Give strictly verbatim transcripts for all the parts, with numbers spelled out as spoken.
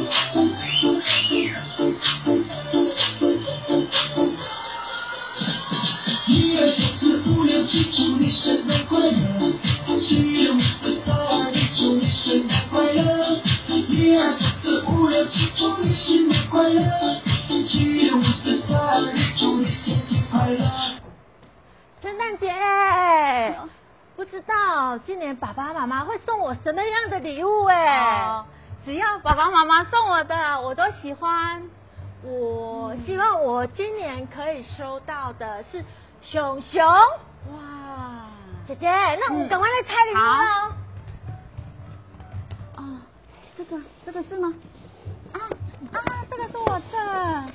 一二三四五六七，祝你生日快乐！七六五四三二一，祝你生日快乐！一二三四五六七，祝你生日快乐！七六五四三二一，祝你生日快乐！ 圣诞节，不知道今年爸爸妈妈会送我什么样的礼物哎、 哦？只要爸爸妈妈送我的，我都喜欢。 我希望我今年可以收到的是熊熊。哇，姐姐，那我们赶快来拆礼物喽。 哦，这个这个是吗？啊啊，这个是我的。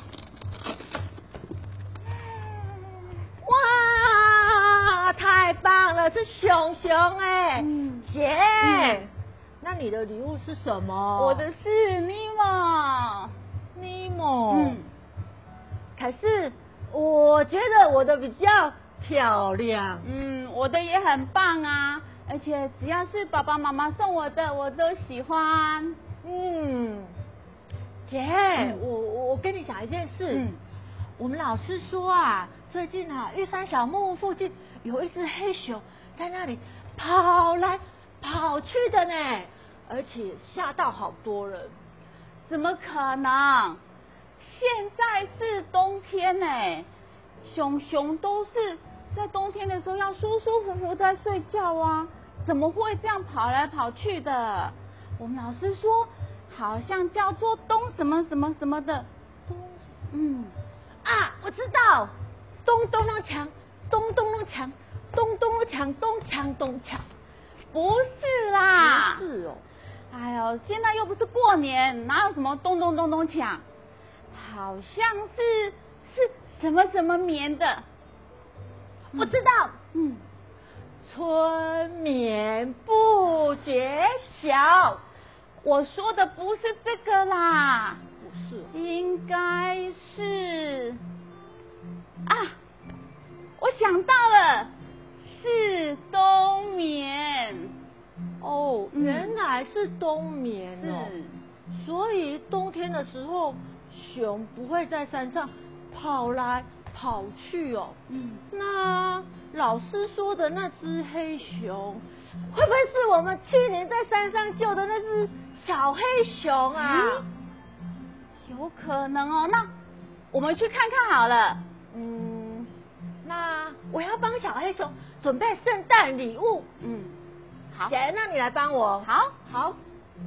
哇，太棒了，是熊熊哎、 嗯， 姐、 嗯， 那你的礼物是什么？ 我的是尼莫。 尼莫。 嗯， 可是我觉得我的比较漂亮。 嗯，我的也很棒啊，而且只要是爸爸妈妈送我的，我都喜欢。 嗯，姐， 嗯我我跟你讲一件事。 嗯， 我们老师说啊，最近啊，玉山小木屋附近有一只黑熊在那里跑来跑去的呢，而且吓到好多人。 怎么可能？现在是冬天呢，熊熊都是在冬天的时候要舒舒服服在睡觉啊，怎么会这样跑来跑去的？我们老师说，好像叫做冬什么什么什么的。 冬， 嗯啊，我知道，咚咚咚锵，咚咚咚锵，咚咚咚锵，咚锵咚锵。 不是啦， 不是哦。 哎呦，现在又不是过年，哪有什么咚咚咚咚锵？好像是是什么什么棉的。 嗯、我知道， 嗯， 春眠不觉晓。 我说的不是这个啦， 不是， 应该是啊，我想到了，是冬眠。哦， 嗯、原来是冬眠哦。 是， 所以冬天的时候，熊不会在山上跑来跑去哦。 嗯， 那老师说的那只黑熊，会不会是我们去年在山上救的那只小黑熊啊？ 嗯、有可能哦。那我们去看看好了。 嗯，那我要帮小黑熊准备圣诞礼物。 嗯，好。 姐，那你来帮我。 好， 好。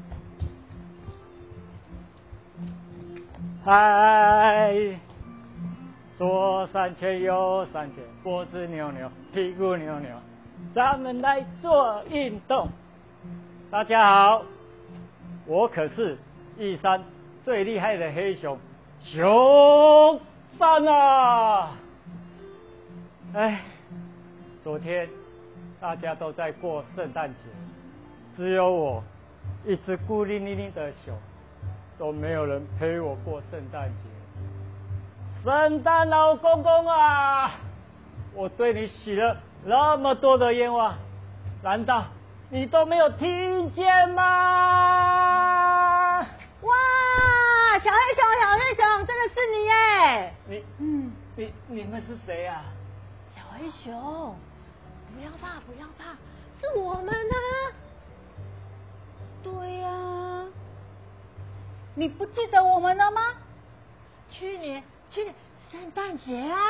嗨，左三圈右三圈，脖子扭扭，屁股扭扭，咱们来做运动。大家好，我可是玉山最厉害的黑熊熊三啊！哎，昨天大家都在过圣诞节，只有我一只孤零零的熊。都没有人陪我过圣诞节。圣诞老公公啊，我对你许了那么多的愿望，难道你都没有听见吗？ 哇，小黑熊，小黑熊，真的是你耶！ 你，嗯，你你们是谁啊？ 小黑熊，不要怕，不要怕，是我们啊！ 对呀、啊。你不记得我们了吗？ 去年，去年圣诞节啊！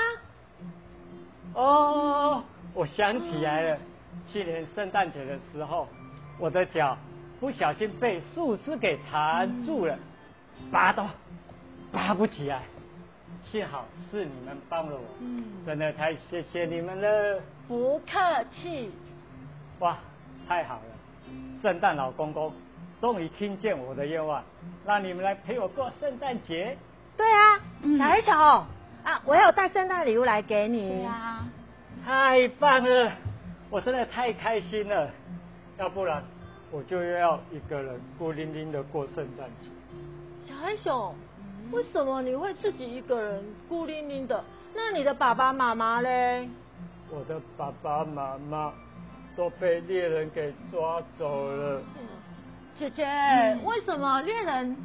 哦，我想起来了，去年圣诞节的时候，我的脚不小心被树枝给缠住了，拔都拔不起来。幸好是你们帮了我，嗯，真的太谢谢你们了。 不客气。 哇，太好了，圣诞老公公终于听见我的愿望，让你们来陪我过圣诞节。 对啊，嗯、小黑熊啊，我有带圣诞礼物来给你。 对啊， 太棒了，我真的太开心了。要不然我就要一个人孤零零的过圣诞节。 小黑熊，嗯、为什么你会自己一个人孤零零的？那你的爸爸妈妈嘞？ 我的爸爸妈妈都被猎人给抓走了。 姐姐，嗯、为什么猎人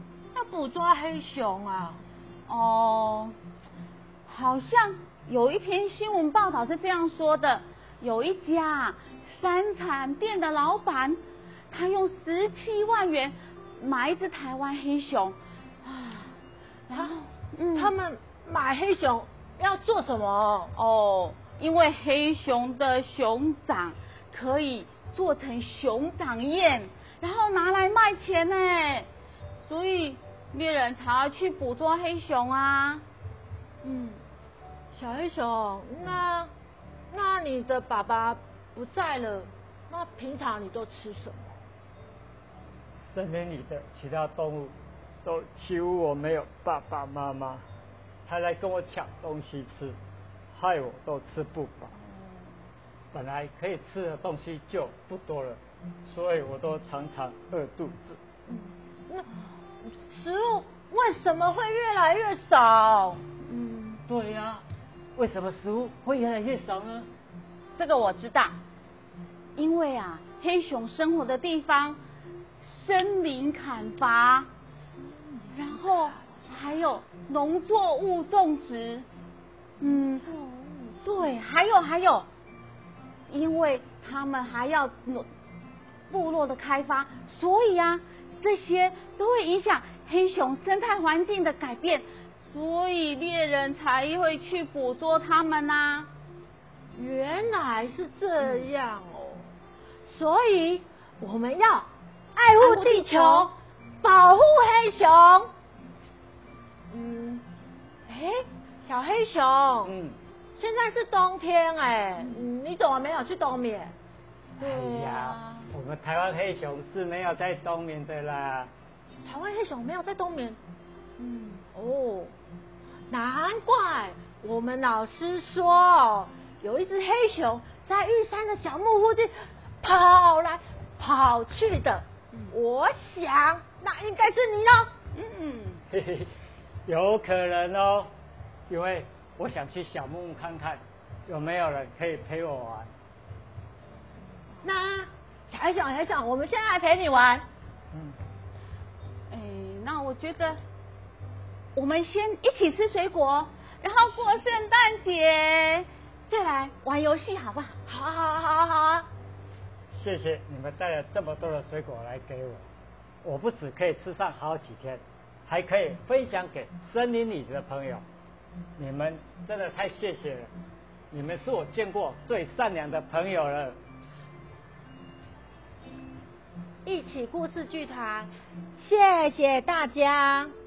要捕捉黑熊啊？ 哦，好像有一篇新闻报道是这样说的，有一家山产店的老板，他用十七万元买一只台湾黑熊啊，然后嗯，他们买黑熊要做什么？ 哦，因为黑熊的熊掌可以做成熊掌宴，然后拿来卖钱呢，所以猎人才要去捕捉黑熊啊。 嗯，小黑熊，那那你的爸爸不在了，那平常你都吃什么？ 森林里的其他动物都欺负我没有爸爸妈妈，还来跟我抢东西吃，害我都吃不饱。本来可以吃的东西就不多了，所以我都常常饿肚子。 嗯，那食物为什么会越来越少？ 嗯，对呀、啊，为什么食物会越来越少呢？ 这个我知道，因为啊，黑熊生活的地方森林砍伐，然后还有农作物种植，嗯，对，还有还有，因为他们还要部落的开发，所以啊，这些都会影响黑熊生态环境的改变，所以猎人才会去捕捉它们啊。 原来是这样哦，所以我们要爱护地球，保护黑熊。嗯，哎，小黑熊， 嗯， 现在是冬天哎，嗯，你怎么没有去冬眠？ 哎呀，我们台湾黑熊是没有在冬眠的啦。 台湾黑熊没有在冬眠？嗯，哦，难怪我们老师说有一只黑熊在玉山的小木附近跑来跑去的。嗯、我想那应该是你喽。 嗯， 嘿嘿，有可能哦，因为我想去小木屋看看有没有人可以陪我玩。 那小黑熊，小黑熊，我们现在来陪你玩。 嗯， 哎，那我觉得我们先一起吃水果，然后过圣诞节再来玩游戏，好不好？ 好啊，好啊，好啊，好啊。 谢谢你们带了这么多的水果来给我，我不只可以吃上好几天，还可以分享给森林里的朋友。你们真的太谢谢了，你们是我见过最善良的朋友了。 一起故事剧团，谢谢大家。